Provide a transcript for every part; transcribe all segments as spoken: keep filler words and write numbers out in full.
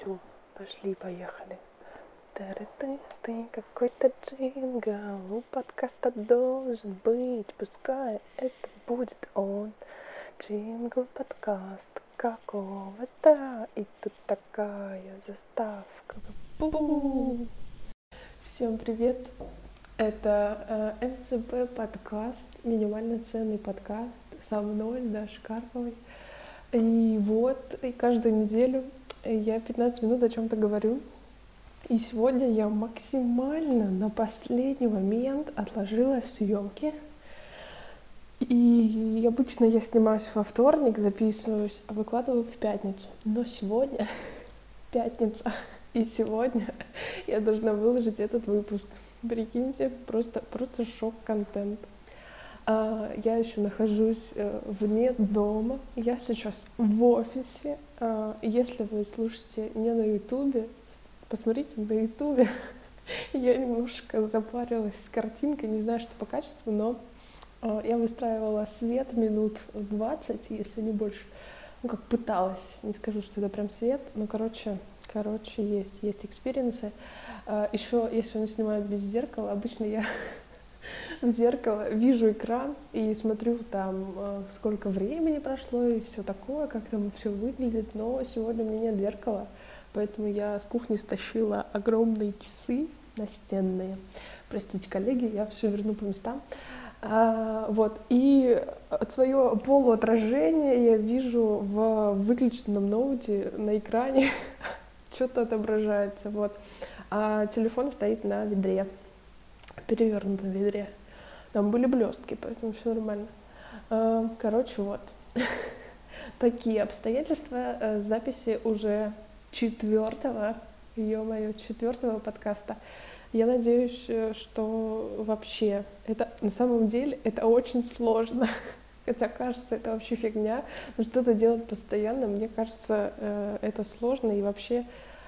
Все, пошли, поехали. Ты, ты какой-то джингл, у подкаста должен быть, пускай это будет он. Джингл подкаст какого-то, и тут такая заставка. Бу! Всем привет! Это э, эм цэ пэ подкаст, минимально ценный подкаст со мной, Дашей Карповой. И вот, и каждую неделю я пятнадцать минут о чем-то говорю. И сегодня я максимально на последний момент отложила съемки. И обычно я снимаюсь во вторник, записываюсь, а выкладываю в пятницу. Но сегодня пятница, и сегодня я должна выложить этот выпуск. Прикиньте, просто, просто шок-контент. Я еще нахожусь вне дома, я сейчас в офисе. Если вы слушаете не на ютубе, посмотрите на ютубе. Я немножко запарилась с картинкой, не знаю, что по качеству, но я выстраивала свет минут двадцать, если не больше. Ну, как пыталась, не скажу, что это прям свет, но, короче, короче, есть, есть экспириенсы. Еще, если он снимает без зеркала, обычно я в зеркало вижу экран и смотрю там, сколько времени прошло и все такое, как там все выглядит. Но сегодня у меня нет зеркала, поэтому я с кухни стащила огромные часы настенные. Простите, коллеги, я все верну по местам. А, вот, и свое полуотражение я вижу в выключенном ноуте на экране. Что-то отображается, вот. А телефон стоит на ведре, перевернутом ведре. Там были блестки, поэтому все нормально. Короче, вот. Такие обстоятельства записи уже четвертого, ё-моё, четвертого подкаста. Я надеюсь, что вообще это на самом деле это очень сложно. Хотя кажется, это вообще фигня. Но что-то делать постоянно, мне кажется, это сложно. И вообще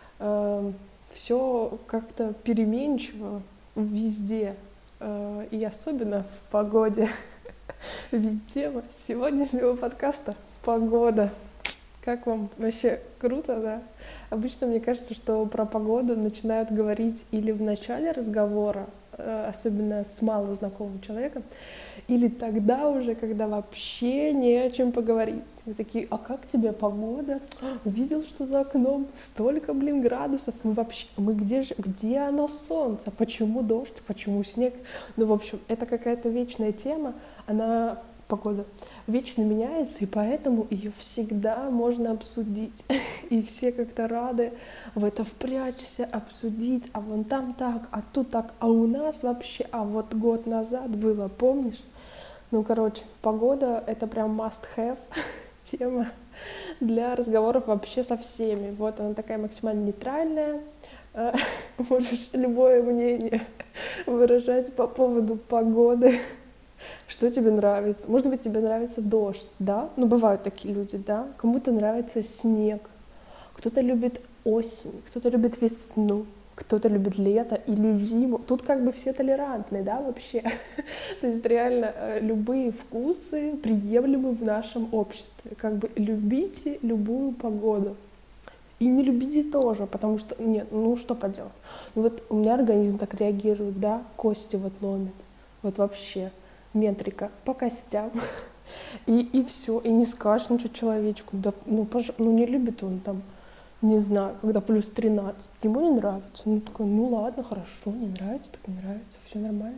все как-то переменчиво везде. И особенно в погоде. Ведь тема сегодняшнего подкаста — погода. Как вам? Вообще круто, да? Обычно мне кажется, что про погоду начинают говорить или в начале разговора, особенно с малознакомым человеком, или тогда уже, когда вообще не о чем поговорить. Мы такие: а как тебе погода? Увидел, что за окном столько, блин, градусов. Мы вообще, мы где же, где оно солнце? Почему дождь? Почему снег? Ну, в общем, это какая-то вечная тема. Она, погода, вечно меняется, и поэтому ее всегда можно обсудить. И все как-то рады в это впрячься, обсудить, а вон там так, а тут так, а у нас вообще, а вот год назад было, помнишь? Ну, короче, погода — это прям must-have тема для разговоров вообще со всеми. Вот она такая максимально нейтральная. Можешь любое мнение выражать по поводу погоды. Что тебе нравится? Может быть, тебе нравится дождь, да? Ну, бывают такие люди, да? Кому-то нравится снег, кто-то любит осень, кто-то любит весну, кто-то любит лето или зиму. Тут как бы все толерантны, да, вообще? То есть реально любые вкусы приемлемы в нашем обществе. Как бы любите любую погоду. И не любите тоже, потому что, нет, ну что поделать? Ну вот у меня организм так реагирует, да, кости вот ломит, вот вообще. Метрика по костям, и, и все, и не скажешь ничего человечку, да, ну, пож... ну не любит он там, не знаю, когда плюс тринадцать, ему не нравится, ну такой, ну ладно, хорошо, не нравится, так не нравится, все нормально.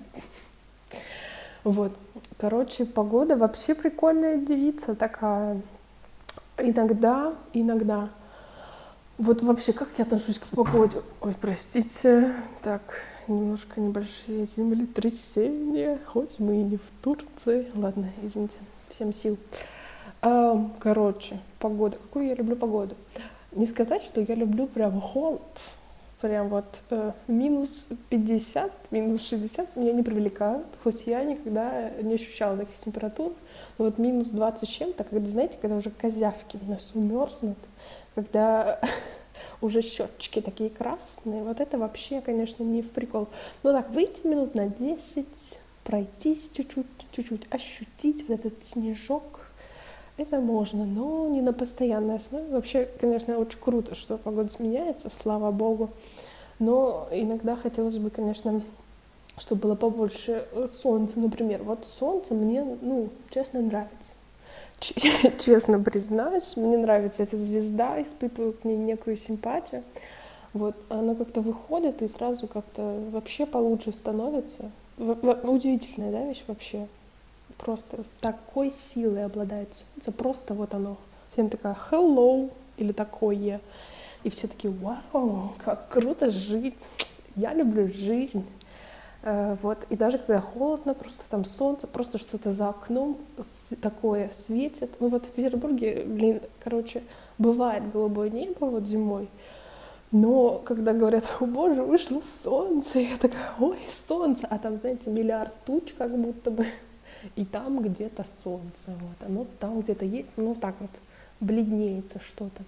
Вот, короче, погода вообще прикольная девица такая, иногда, иногда, вот вообще, как я отношусь к погоде, ой, простите, так... Немножко небольшие землетрясения, хоть мы и не в Турции. Ладно, извините, всем сил. А, короче, погода. Какую я люблю погоду? Не сказать, что я люблю прям холод. Прям вот э, минус пятьдесят, минус шестьдесят меня не привлекают. Хоть я никогда не ощущала таких температур. Но вот минус двадцать с чем-то, когда, знаете, когда уже козявки в носу мерзнут, когда... уже щеточки такие красные, вот это вообще, конечно, не в прикол. Ну так, выйти минут на десять, пройтись чуть-чуть, чуть-чуть ощутить вот этот снежок, это можно, но не на постоянной основе. Вообще, конечно, очень круто, что погода сменяется, слава богу. Но иногда хотелось бы, конечно, чтобы было побольше солнца, например. Вот солнце мне, ну, честно, нравится. Честно признаюсь, мне нравится эта звезда, испытываю к ней некую симпатию. Вот, она как-то выходит и сразу как-то вообще получше становится. Удивительная, да, вещь вообще. Просто с такой силой обладает солнце, просто вот оно. Всем такая hello или такое. И все такие, вау, как круто жить. Я люблю жизнь. Вот. И даже когда холодно, просто там солнце, просто что-то за окном такое светит. Ну вот в Петербурге, блин, короче, бывает голубое небо вот зимой, но когда говорят, о боже, вышло солнце, я такая, ой, солнце, а там, знаете, миллиард туч как будто бы, и там где-то солнце, вот, оно там где-то есть, ну так вот бледнеется что-то.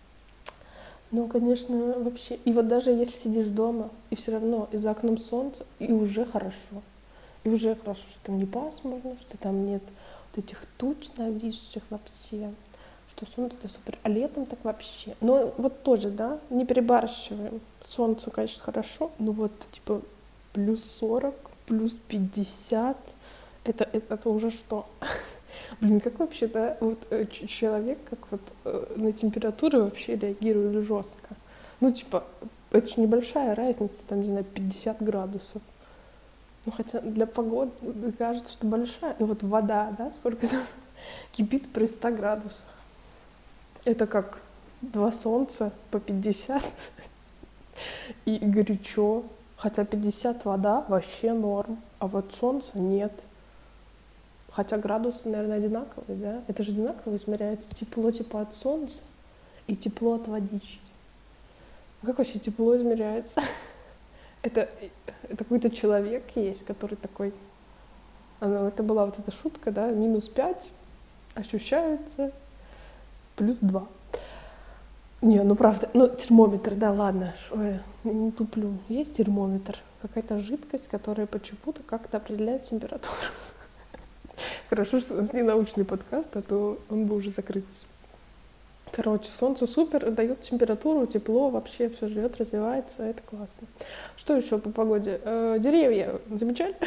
Ну, конечно, вообще, и вот даже если сидишь дома, и все равно и за окном солнце, и уже хорошо, и уже хорошо, что там не пасмурно, что там нет вот этих туч нависших вообще, что солнце-то супер, а летом так вообще. Но вот тоже, да, не перебарщиваем. Солнце, конечно, хорошо, но вот типа плюс сорок, плюс пятьдесят, это, это, это уже что? Блин, как вообще, да, вот э, человек, как вот э, на температуры вообще реагирует жестко. Ну, типа, это же небольшая разница, там, не знаю, пятьдесят градусов. Ну, хотя для погоды кажется, что большая. Ну, вот вода, да, сколько там кипит при ста градусах. Это как два солнца по пятьдесят и горячо. Хотя пятьдесят вода вообще норм, а вот солнца нет. Хотя градусы, наверное, одинаковые, да? Это же одинаково измеряется тепло типа от солнца и тепло от водички. А как вообще тепло измеряется? это, это какой-то человек есть, который такой... Оно, это была вот эта шутка, да? Минус пять ощущается плюс два. Не, ну правда, ну термометр, да, ладно, шо я не туплю. Есть термометр, какая-то жидкость, которая почему-то как-то определяет температуру. Хорошо, что у нас не научный подкаст, а то он бы уже закрылся. Короче, солнце супер, дает температуру, тепло, вообще все живет, развивается, это классно. Что еще по погоде? Э, деревья, замечали?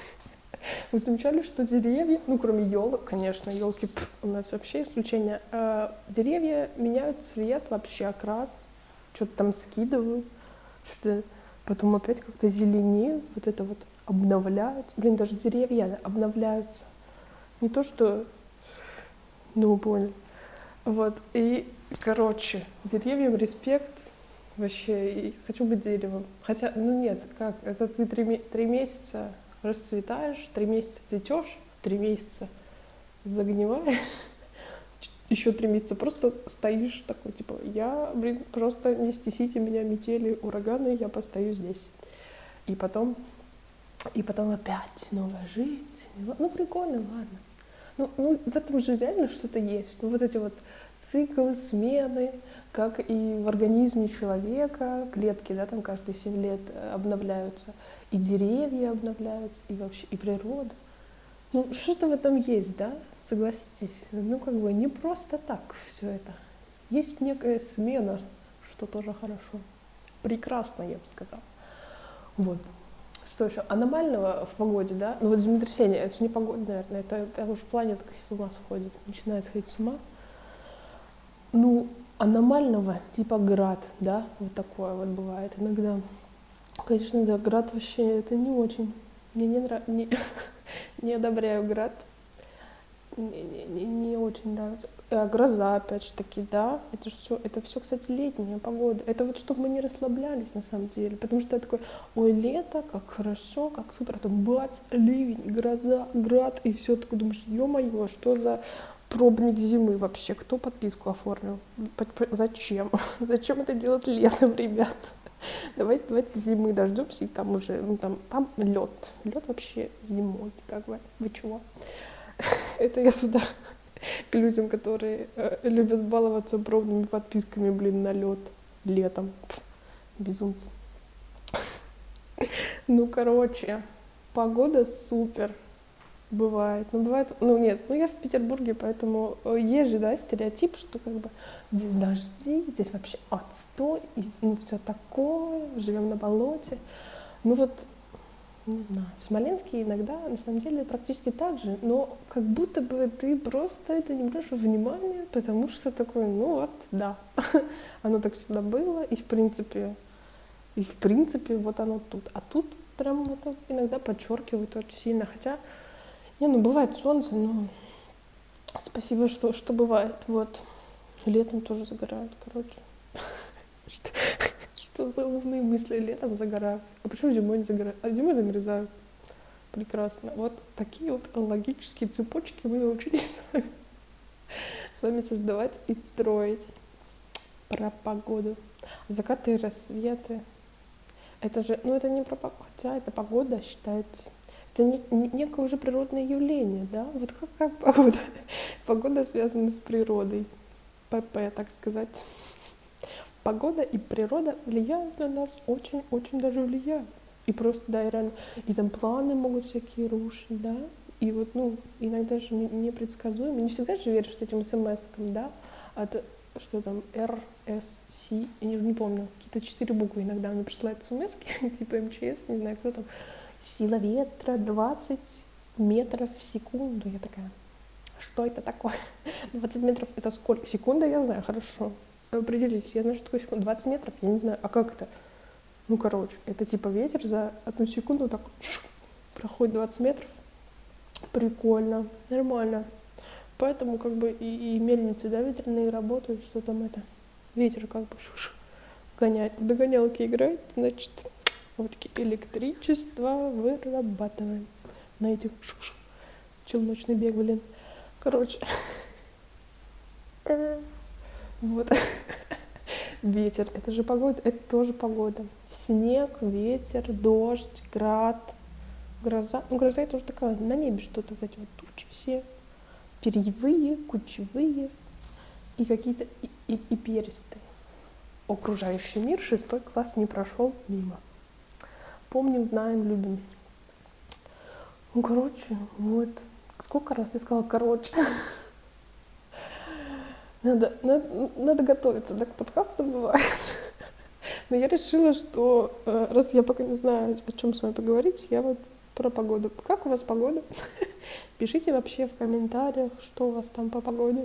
Вы замечали, что деревья, ну кроме елок, конечно, елки у нас вообще исключение, э, деревья меняют цвет, вообще окрас, что-то там скидывают, что-то потом опять как-то зеленеют, вот это вот обновляются. Блин, даже деревья обновляются. Не то, что... Ну, понял. Вот, и, короче, деревьям респект. Вообще, и хочу быть деревом. Хотя, ну нет, как, это ты три, три месяца расцветаешь, три месяца цветешь, три месяца загниваешь, еще три месяца просто стоишь такой, типа, я, блин, просто не стесите меня, метели, ураганы, я постою здесь. И потом, и потом опять новая жизнь. Ну, прикольно, ладно. Ну, ну, в этом же реально что-то есть. Ну, вот эти вот циклы, смены, как и в организме человека, клетки, да, там каждые семь лет обновляются, и деревья обновляются, и вообще, и природа. Ну, что-то в этом есть, да, согласитесь. Ну, как бы не просто так все это. Есть некая смена, что тоже хорошо. Прекрасно, я бы сказала. Вот. Что еще? Аномального в погоде, да? Ну вот землетрясение, это же не погода, наверное, это, это уже планета с ума сходит, начинает сходить с ума. Ну, аномального, типа град, да, вот такое вот бывает иногда. Конечно, да, град вообще, это не очень. Мне не нравится, не, не одобряю град. Не, не, не, не очень нравится. А гроза, опять же таки, да, это все, это все, кстати, летняя погода. Это вот чтобы мы не расслаблялись на самом деле, потому что я такой, ой, лето, как хорошо, как супер, а там бац, ливень, гроза, град, и все, такой думаешь, ё-моё, что за пробник зимы вообще, кто подписку оформил, зачем, зачем это делать летом, ребят? Давайте, давайте зимы дождемся, и там уже, ну там, там лед, лед вообще зимой, как бы, вы чего? Это я сюда к людям, которые э, любят баловаться пробными подписками, блин, на лед летом. Пф, безумцы. Ну, короче, погода супер. Бывает, ну бывает, ну нет, ну я в Петербурге, поэтому э, есть же, да, стереотип, что как бы здесь дожди, здесь вообще отстой, и ну все такое, живем на болоте. Ну вот, не знаю, в Смоленске иногда на самом деле практически так же, но как будто бы ты просто это не берешь во внимание, потому что такой, ну вот, да, оно так всегда было, и в принципе, и в принципе вот оно тут. А тут прям это иногда подчеркивает очень сильно, хотя не, ну бывает солнце, но спасибо, что, что бывает. Вот. Летом тоже загорают, короче. Что, что за умные мысли? Летом загорают. А почему зимой не загорают? А зимой замерзают. Прекрасно. Вот такие вот логические цепочки мы научились с вами, с вами создавать и строить. Про погоду. Закаты и рассветы. Это же, ну это не про погоду, хотя это погода считается. Это не, не, некое уже природное явление, да? Вот как, как погода? Погода связана с природой. ПП, так сказать. Погода и природа влияют на нас, очень-очень даже влияют. И просто, да, и реально, и там планы могут всякие рушить, да? И вот, ну, иногда же непредсказуемо. Не всегда же веришь этим смс-кам, да? От, что там, Р, С, С, я не, не помню, какие-то четыре буквы иногда мне присылают смс-ки, типа М Ч С, не знаю, кто там. Сила ветра двадцать метров в секунду. Я такая, что это такое? двадцать метров это сколько? Секунда я знаю, хорошо. Определитесь, я знаю, что такое секунда. двадцать метров, я не знаю, а как это? Ну, короче, это типа ветер за одну секунду так проходит двадцать метров. Прикольно, нормально. Поэтому как бы и, и мельницы, да, ветряные работают, что там это, ветер как бы гоняет. В догонялки играет, значит, вот такие электричество вырабатываем на этих челночный бег, блин. Короче, вот. Ветер, это же погода, это тоже погода. Снег, ветер, дождь, град, гроза. Ну, гроза это уже такая, на небе что-то, вот эти вот тучи все. Перьевые, кучевые и какие-то и, и, и перистые. Окружающий мир, шестой класс не прошел мимо. Помним, знаем, любим. Ну, короче, вот. Сколько раз я сказала «короче». Надо, надо, надо готовиться, да, к подкасту бывает. Но я решила, что раз я пока не знаю, о чем с вами поговорить, я вот про погоду. Как у вас погода? Пишите вообще в комментариях, что у вас там по погоде.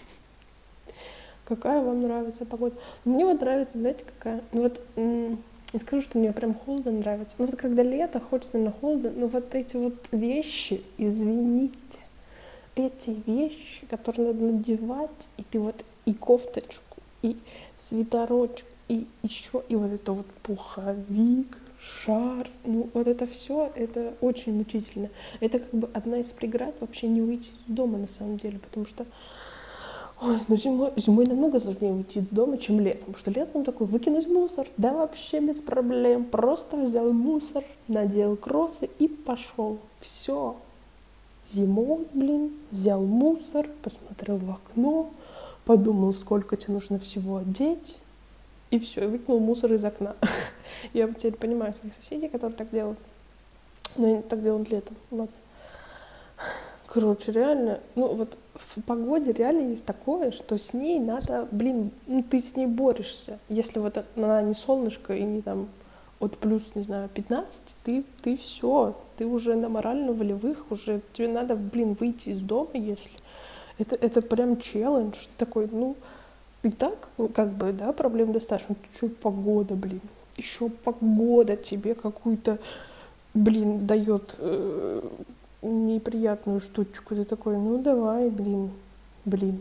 Какая вам нравится погода. Мне вот нравится, знаете, какая? Ну вот не скажу, что мне прям холодно нравится. Но вот когда лето, хочется, наверное, холодно. Но вот эти вот вещи, извините, эти вещи, которые надо надевать, и ты вот и кофточку, и свитерочек, и еще, и вот это вот пуховик, шарф, ну вот это все, это очень мучительно. Это как бы одна из преград вообще не выйти из дома на самом деле, потому что ой, ну зимой, зимой намного сложнее уйти из дома, чем летом, потому что летом такой выкинуть мусор, да вообще без проблем, просто взял мусор, надел кроссы и пошел, все. Зимой, блин, взял мусор, посмотрел в окно, подумал, сколько тебе нужно всего одеть, и все, и выкинул мусор из окна. Я теперь понимаю своих соседей, которые так делают, но они так делают летом, ладно. Короче, реально, ну вот в погоде реально есть такое, что с ней надо, блин, ну ты с ней борешься. Если вот она не солнышко и не там от плюс, не знаю, пятнадцать, ты, ты все, ты уже на морально-волевых, уже тебе надо, блин, выйти из дома, если... Это, это прям челлендж, ты такой, ну, ты так, ну, как бы, да, проблем достаточно, еще погода, блин, еще погода тебе какую-то, блин, дает э, неприятную штучку, ты такой, ну, давай, блин, блин.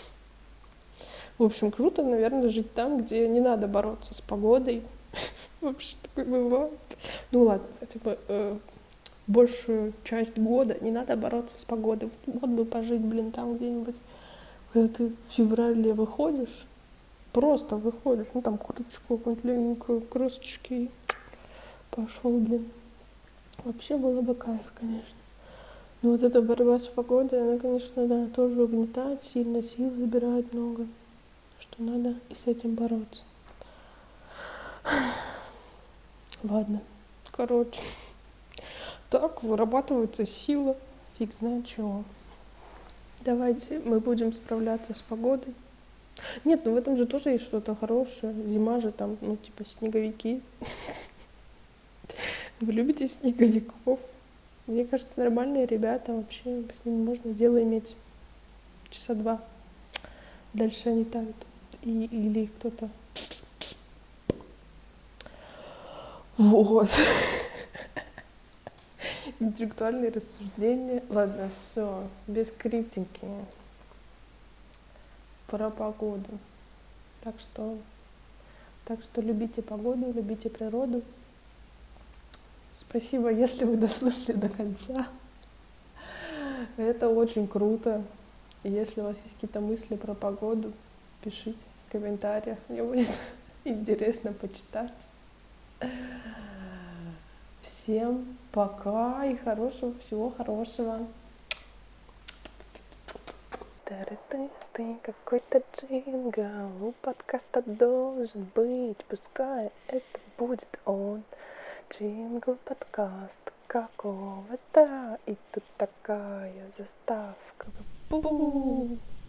В общем, круто, наверное, жить там, где не надо бороться с погодой. Вообще такое бывает. Ну ладно, хотя бы э, большую часть года не надо бороться с погодой. Вот бы пожить, блин, там где-нибудь, когда ты в феврале выходишь, просто выходишь, ну там курточку какую-нибудь легенькую, кросочки, пошел, блин. Вообще было бы кайф, конечно. Но вот эта борьба с погодой, она, конечно, да, тоже угнетает сильно, сил забирает много, что надо и с этим бороться. Ладно, короче, так вырабатывается сила фиг знает чего. Давайте мы будем справляться с погодой. Нет, ну в этом же тоже есть что-то хорошее. Зима же там, ну типа снеговики. Вы любите снеговиков? Мне кажется, нормальные ребята, вообще с ними можно дело иметь часа два. Дальше они тают. И, или кто-то. Вот. Интеллектуальные рассуждения. Ладно, все, без критики. Про погоду. Так что, так что любите погоду, любите природу. Спасибо, если вы дослушали до конца. Это очень круто. И если у вас есть какие-то мысли про погоду, пишите в комментариях. Мне будет интересно почитать. Всем пока и хорошего, всего хорошего. Ты, ты, какой-то джингл у подкаста должен быть, пускай это будет он. Джингл подкаст какого-то, и тут такая заставка. Бу-бу.